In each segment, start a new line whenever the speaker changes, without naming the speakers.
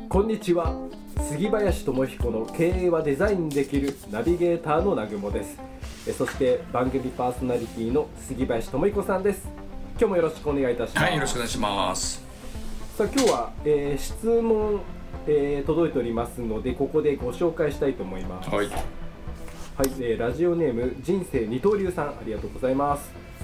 こんにちは。杉林智彦の経営はデザインできるナビゲーターの南雲です。そして番組パーソナリティの杉林智彦さんです。今日もよろしくお願いいたします。
はい、よろしくお願いします。
さあ今日は、質問、届いておりますので、ここでご紹介したいと思います。はい、ラジオネーム人生二刀流さん、ありがとうございます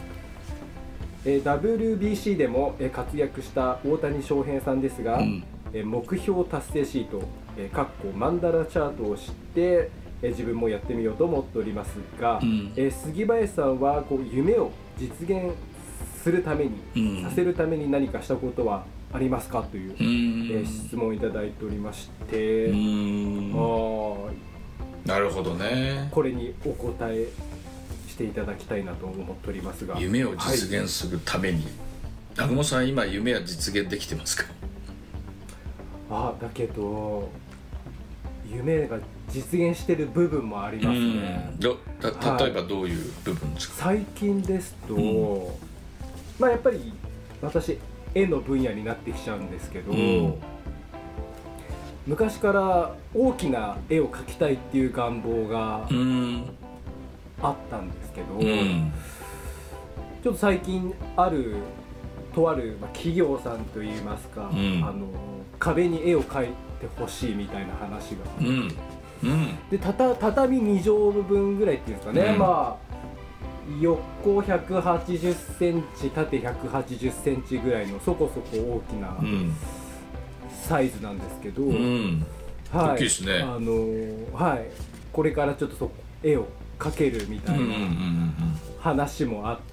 。WBC でも活躍した大谷翔平さんですが、目標達成シート、マンダラチャートを知って、自分もやってみようと思っておりますが、杉林さんはこう夢を実現するために、させるために何かしたことはありますかという、質問をいただいておりまして、
なるほどね。
これにお答えしていただきたいなと思っておりますが、
夢を実現するために、南雲さん今夢は実現できてますか？
だけど夢が実現してる部分もありますね。
例えばどういう部分ですか？
最近ですと、やっぱり私絵の分野になってきちゃうんですけど、昔から大きな絵を描きたいっていう願望があったんですけど、ちょっと最近とある企業さんといいますか、壁に絵を描いてほしいみたいな話が、で畳2畳分ぐらいっていうんですかね、横180センチ縦180センチぐらいのそこそこ大きなサイズなんですけど、
大きいですね。
これからちょっと絵を描けるみたいな話もあって、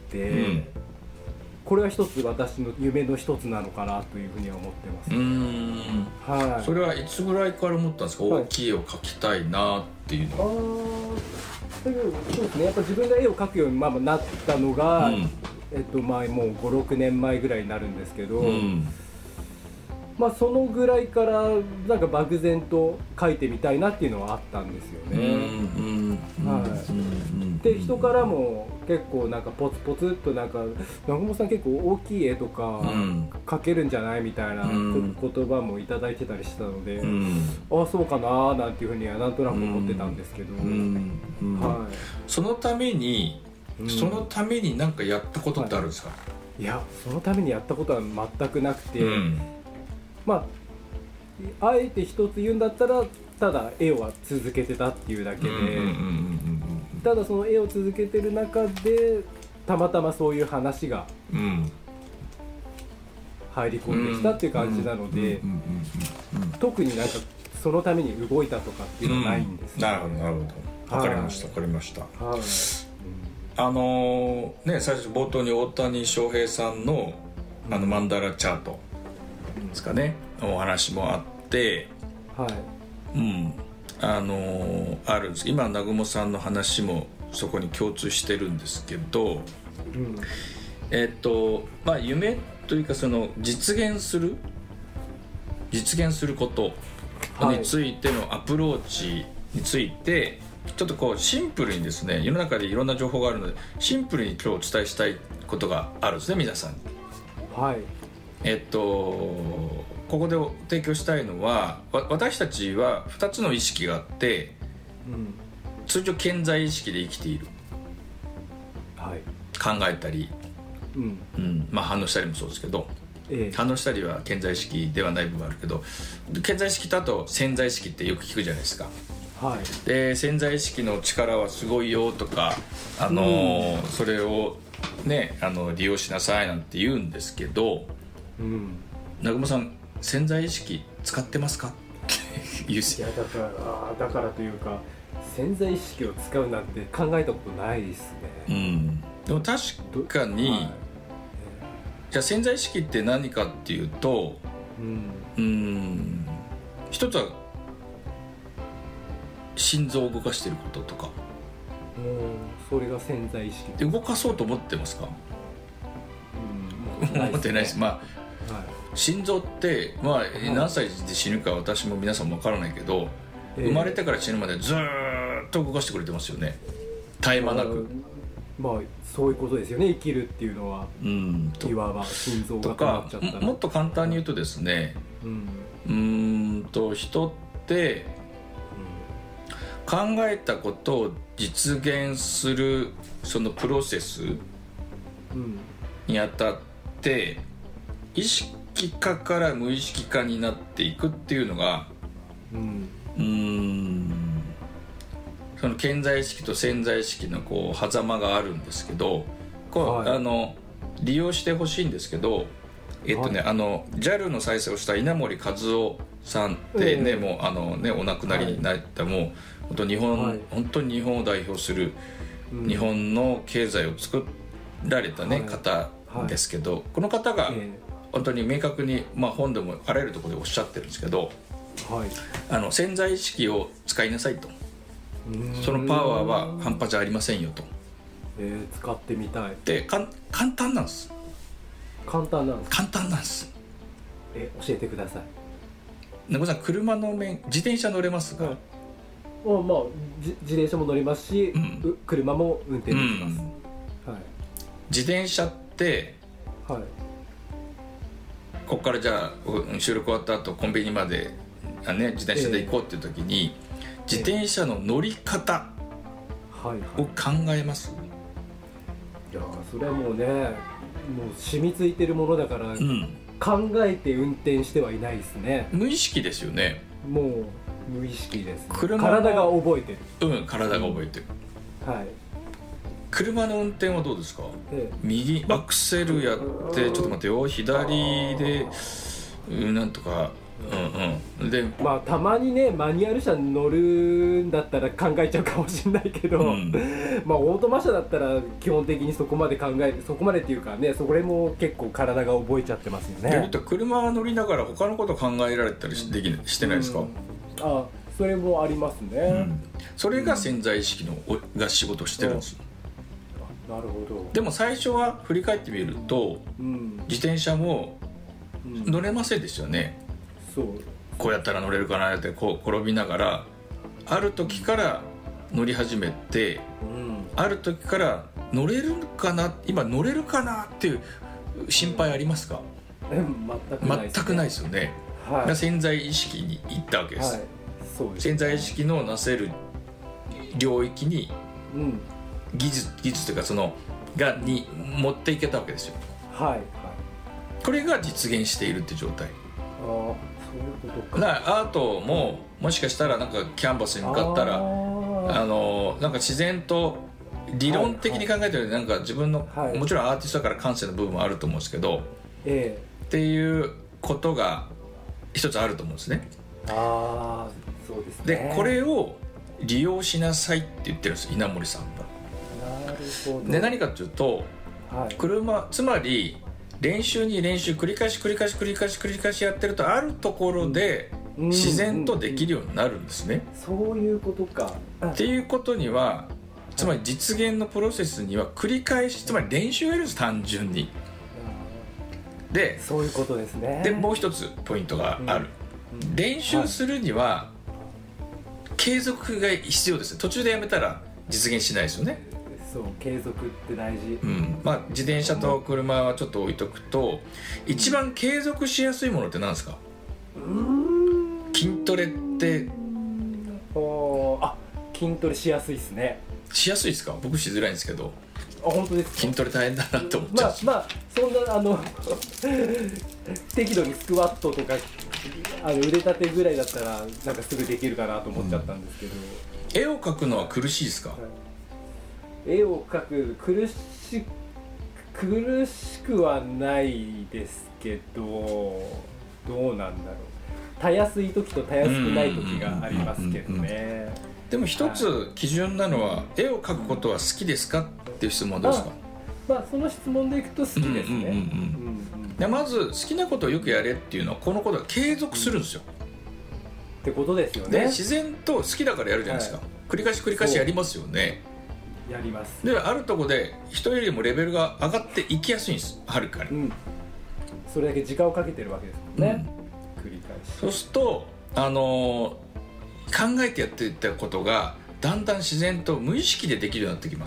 これは一つ私の夢の一つなのかなというふうには思ってます。
それはいつぐらいから思ったんですか？大きい絵を描きたいなっていうのは。
そうですね、やっぱ自分が絵を描くようになったのが、もう5、6年前ぐらいになるんですけど、そのぐらいからなんか漠然と描いてみたいなっていうのはあったんですよね。で人からも結構なんかポツポツっとなんか南雲さん結構大きい絵とか描けるんじゃないみたいな言葉もいただいてたりしてたので、そうかななんていうふうにはなんとなく思ってたんですけど、
そのために何かやったことってあるんですか？
いや、そのためにやったことは全くなくて、あえて一つ言うんだったらただ絵は続けてたっていうだけで、ただその絵を続けてる中でたまたまそういう話が入り込んできたっていう感じなので、特になんかそのために動いたとかっていうのはないんですね。
なるほどわかりました。最初冒頭に大谷翔平さんのマンダラチャートですかね、お話もあって、あるんです。今南雲さんの話もそこに共通してるんですけど、夢というかその実現することについてのアプローチについて、ちょっとこうシンプルにですね、世の中でいろんな情報があるのでシンプルに今日お伝えしたいことがあるんですね、皆さんに。ここで提供したいのは、私たちは2つの意識があって、通常顕在意識で生きている、考えたり、反応したりもそうですけど、反応したりは顕在意識ではない部分があるけど、顕在意識とあと潜在意識ってよく聞くじゃないですか。で潜在意識の力はすごいよとか、それをね利用しなさいなんて言うんですけど、南雲さん潜在意識使ってますかって言うし。
いやだからというか潜在意識を使うなんて考えたことないですね。
でも確かに、じゃあ潜在意識って何かっていうと、一つは心臓を動かしてることとか。
それが潜在意識
動かそうと思ってますか？思ってないです。心臓って、何歳で死ぬか私も皆さんも分からないけど、生まれてから死ぬまでずーっと動かしてくれてますよね、絶え間なく。
そういうことですよね、生きるっていうのは。いわば心臓が止まっちゃったら
とか、もっと簡単に言うとですね、 人って考えたことを実現するそのプロセスにあたって意識化から無意識化になっていくっていうのが、その顕在意識と潜在意識のこう狭間があるんですけど、利用してほしいんですけど、JAL の再生をした稲森和夫さんってね、もうお亡くなりになった、もう本当に日本を代表する日本の経済を作られたね、方ですけど、この方が本当に明確に、本でもあらゆるところでおっしゃってるんですけど、潜在意識を使いなさいと、そのパワーは半端じゃありませんよと。
使ってみたい。
で簡単なんです。
簡単なん
です。
教えてください。
中さん、車の自転車乗れますか？
自転車も乗りますし、車も運転できます。
自転車って、ここからじゃあ収録終わった後コンビニまで、自転車で行こうっていう時に、自転車の乗り方を考えます？
いや、それはもうね、もう染みついてるものだから、考えて運転してはいないですね。
無意識ですよね。
もう無意識です、ね、体が覚えてる。
体が覚えてる。車の運転はどうですか？右アクセルやって、ちょっと待ってよ、左でなんとか、で
たまにね、マニュアル車に乗るんだったら考えちゃうかもしれないけど、オートマ車だったら基本的にそこまで考えて、そこまでっていうかね、それも結構体が覚えちゃってますよね。
車乗りながら他のこと考えられたりしてないですか？
それもありますね。
それが潜在意識が仕事してるんです。
なるほど。
でも最初は振り返ってみると、自転車も乗れませんでしたよね。こうやったら乗れるかなってこう転びながら、ある時から乗り始めて、ある時から乗れるかな、今乗れるかなっていう心配ありますか？全くないですよね。潜在意識に行ったわけです。潜在意識のなせる領域に、技術というかに持っていけたわけですよ。これが実現しているって状態。
そういうことか。
アートももしかしたらなんかキャンバスに向かったらなんか自然と理論的に考えてるより、なんか自分の、もちろんアーティストだから感性の部分もあると思うんですけど、っていうことが一つあると思うんですね。
そうですね。
でこれを利用しなさいって言ってるんです、稲森さんが。
なるほど。
で何かというと、つまり練習繰り返しやってると、あるところで自然とできるようになるんですね。
そういうことか。
っていうことには、つまり実現のプロセスには繰り返し、つまり練習をやるんです、単純に。で
そういうことですね。
でもう一つポイントがある。練習するには継続が必要です。途中でやめたら実現しないですよね。
継続って大事。
自転車と車はちょっと置いとくと、一番継続しやすいものって何ですか？筋トレって。
筋トレしやすいですね。
しやすいですか？僕しづらいんですけど。
本当ですか？
筋トレ大変だなと思っちゃう。
そんな適度にスクワットとか腕立てぐらいだったらなんかすぐできるかなと思っちゃったんですけど、
絵を描くのは苦しいですか？
絵を描く苦しくはないですけど、どうなんだろう。たやすい時とたやすくない時がありますけどね。
でも一つ基準なのは、絵を描くことは好きですかっていう質問ですか？
その質問でいくと好きですね。
まず好きなことをよくやれっていうのは、このことが継続するんですよ。
ってことですよね。
で自然と好きだからやるじゃないですか。繰り返しやりますよね。
やります。
であるところで人よりもレベルが上がっていきやすいんです、はるかに。
それだけ時間をかけてるわけですもんね。繰り返し。
そうすると考えてやっていったことがだんだん自然と無意識でできるようになってきます。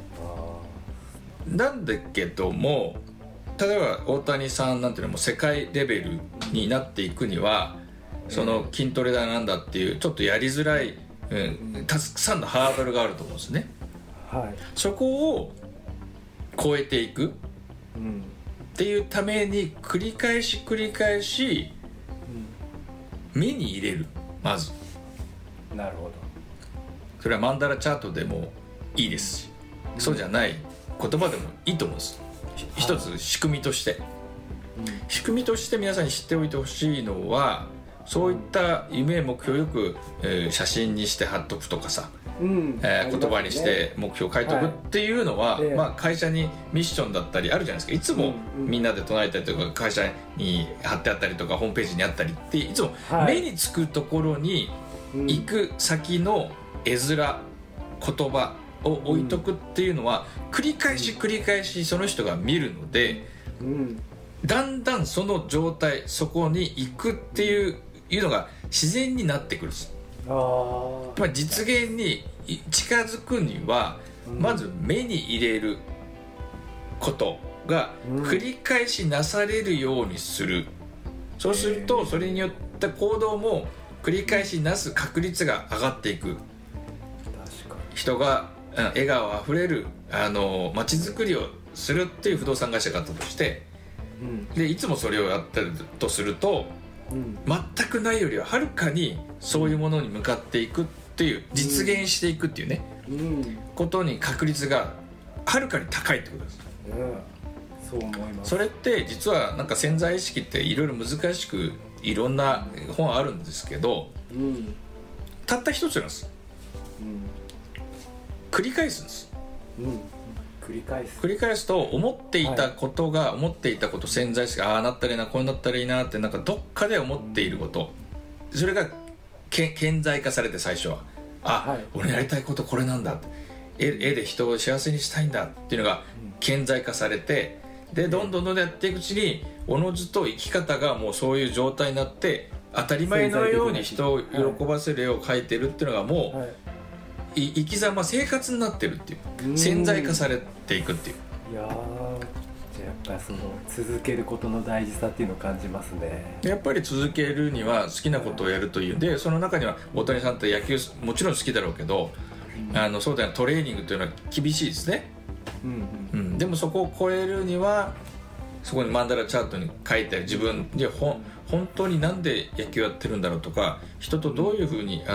なんだけども、例えば大谷さんなんていうのも世界レベルになっていくには、 その筋トレだなんだっていうちょっとやりづらい、たくさんのハードルがあると思うんですね、はい、そこを超えていくっていうために繰り返し、目に入れる。まず
なるほど。
それはマンダラチャートでもいいですし、そうじゃない言葉でもいいと思うんです。一つ仕組みとして、仕組みとして皆さんに知っておいてほしいのは、そういった夢目標よく、写真にして貼っとくとかさ、言葉にして目標を書いておくっていうのは、会社にミッションだったりあるじゃないですか。いつもみんなで唱えたりとか、会社に貼ってあったりとか、ホームページにあったりって、いつも目につくところに行く先の絵面、言葉を置いとくっていうのは、繰り返しその人が見るので、だんだんその状態、そこに行くっていうのが自然になってくるんです。実現に近づくには、まず目に入れることが繰り返しなされるようにする。そうするとそれによって行動も繰り返しなす確率が上がっていく。人が笑顔あふれる街づくりをするっていう不動産会社があったとして、でいつもそれをやってるとすると、全くないよりははるかにそういうものに向かっていくっていう、実現していくっていうね、ことに確率がはるかに高いってことです。
そう思います。
それって実はなんか潜在意識っていろいろ難しく、いろんな本あるんですけど、たった一つなんです。繰り返すんです。繰り返すと、思っていたことが、思っていたこと、潜在意識がああなったらいいな、こうなったらいいなって、なんかどっかで思っていること、それが顕在化されて、最初は俺やりたいことこれなんだ、絵で人を幸せにしたいんだっていうのが顕在化されて、でどんどんやっていくうちに、おのずと生き方がもうそういう状態になって、当たり前のように人を喜ばせる絵を描いてるっていうのが、もう生き様、生活になってるっていう、潜在化されていくっていう。
いやー、じゃあやっぱりその続けることの大事さっていうのを感じますね。
やっぱり続けるには好きなことをやるという。でその中には大谷さんって野球もちろん好きだろうけど、そうだよ、トレーニングというのは厳しいですね、でもそこを超えるには、そこにマンダラチャートに書いてある自分で本当になんで野球やってるんだろうとか、人とどういうふうに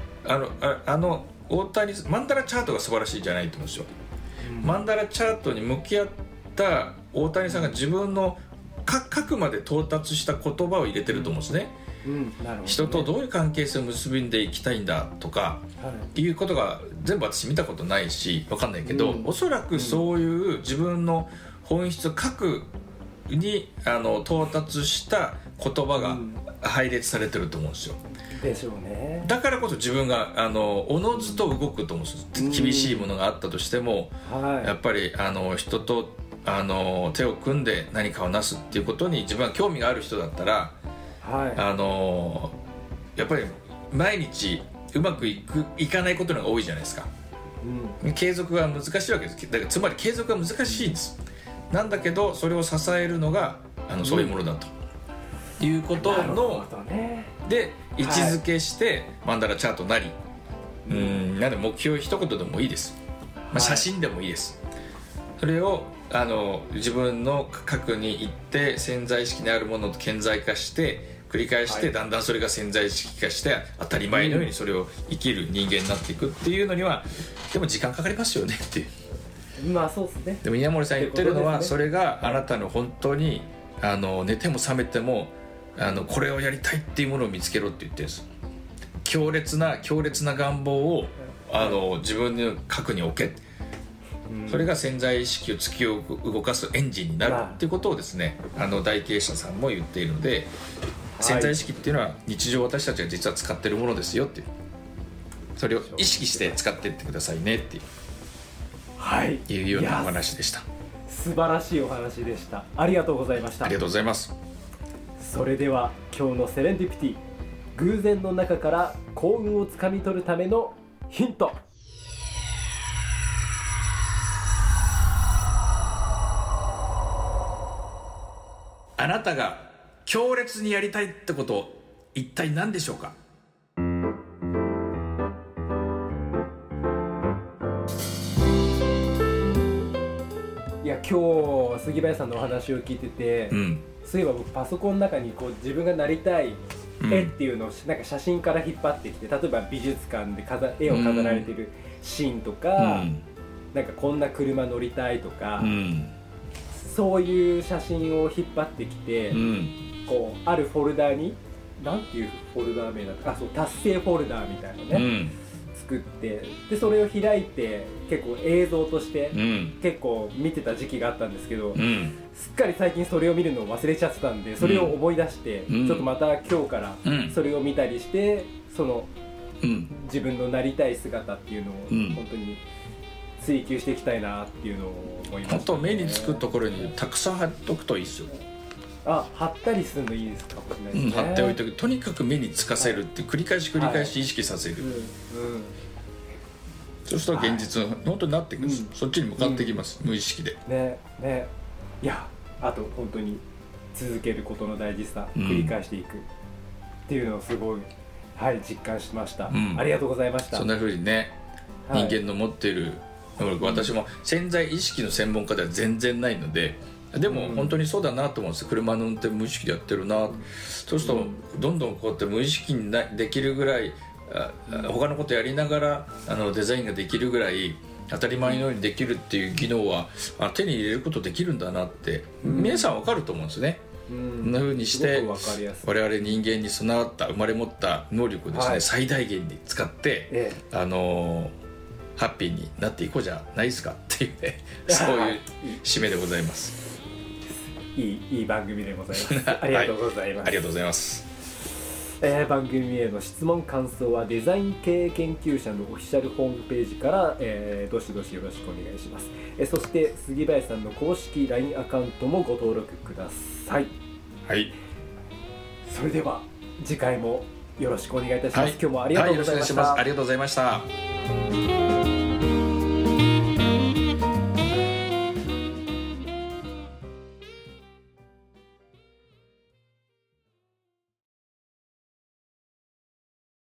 大谷マンダラチャートが素晴らしいじゃないと思うんですよ、マンダラチャートに向き合った大谷さんが自分の書くまで到達した言葉を入れてると思うんですね、なるほどね。人とどういう関係性を結んでいきたいんだとか、いうことが全部私見たことないし分かんないけど、おそらくそういう自分の本質、書くに到達した言葉が配列されてると思うんですよ。
でしょうね。
だからこそ自分がおのずと動くと思うんです。厳しいものがあったとしても、やっぱり人と手を組んで何かをなすっていうことに自分は興味がある人だったら、やっぱり毎日うまくいかないことのが多いじゃないですか、継続が難しいわけです。だからつまり継続が難しいんです。なんだけどそれを支えるのがそういうものだということの、で位置づけしてマンダラチャートなり、なので目標一言でもいいです、写真でもいいです。それを自分の核に行って潜在意識にあるものと顕在化して繰り返して、だんだんそれが潜在意識化して当たり前のようにそれを生きる人間になっていくっていうのには、でも時間かかりますよねっていう。
そうですね。
でも稲森さん言ってるのは、それがあなたの本当に寝ても覚めてもこれをやりたいっていうものを見つけろって言ってるんです。強烈な願望を自分の核に置け、それが潜在意識を突き動かすエンジンになるっていうことをですね、大経営者さんも言っているので、潜在意識っていうのは日常私たちが実は使ってるものですよっていう、それを意識して使っていってくださいねっていう、いうようなお話でした。
素晴らしいお話でした。ありがとうございました。
ありがとうございます。
それでは今日のセレンディピティ、偶然の中から幸運をつかみ取るためのヒント。
あなたが強烈にやりたいってことを一体何でしょうか。
いや、今日杉林さんのお話を聞いてて、そういえば僕パソコンの中にこう自分がなりたい絵っていうのをなんか写真から引っ張ってきて、例えば美術館で絵を飾られてるシーンとか、なんかこんな車乗りたいとか、そういう写真を引っ張ってきて、こうあるフォルダになんていうフォルダ名だったか、そう達成フォルダみたいなね、作って、でそれを開いて結構映像として結構見てた時期があったんですけど、すっかり最近それを見るのを忘れちゃってたんで、それを思い出して、ちょっとまた今日からそれを見たりして、その、自分のなりたい姿っていうのを本当に追求していきたいなっていうのを思いましたね。
あと目につくところにたくさん貼っとくといいですよ。
貼ったりするのいいですかもしれないですね。
貼っておいて、とにかく目につかせるって繰り返し意識させる、そうすると現実の本当になっていくんです、そっちに向かっていきます、無意識で
いや、あと本当に続けることの大事さ、繰り返していくっていうのをすごい、実感しました、ありがとうございました。
そんな風にね、人間の持っている能力、私も潜在意識の専門家では全然ないので、でも本当にそうだなと思うんです。車の運転無意識でやってるな、そうするとどんどんこうやって無意識にできるぐらい、他のことやりながらデザインができるぐらい当たり前のようにできるっていう技能は手に入れることできるんだなって、皆さん分かると思うんですね。こんな風にして我々人間に備わった生まれ持った能力をですね、最大限に使って、ハッピーになっていこうじゃないですかっていうね、そういう締めでございます。
いい番組でございます。ありがとうございます。
ありがとうございます。
番組への質問感想はデザイン経営研究者のオフィシャルホームページから、どしどしよろしくお願いします。そして杉林さんの公式 LINE アカウントもご登録ください。それでは次回もよろしくお願いいたします。今日もありがとうございました。
ありがとうございました。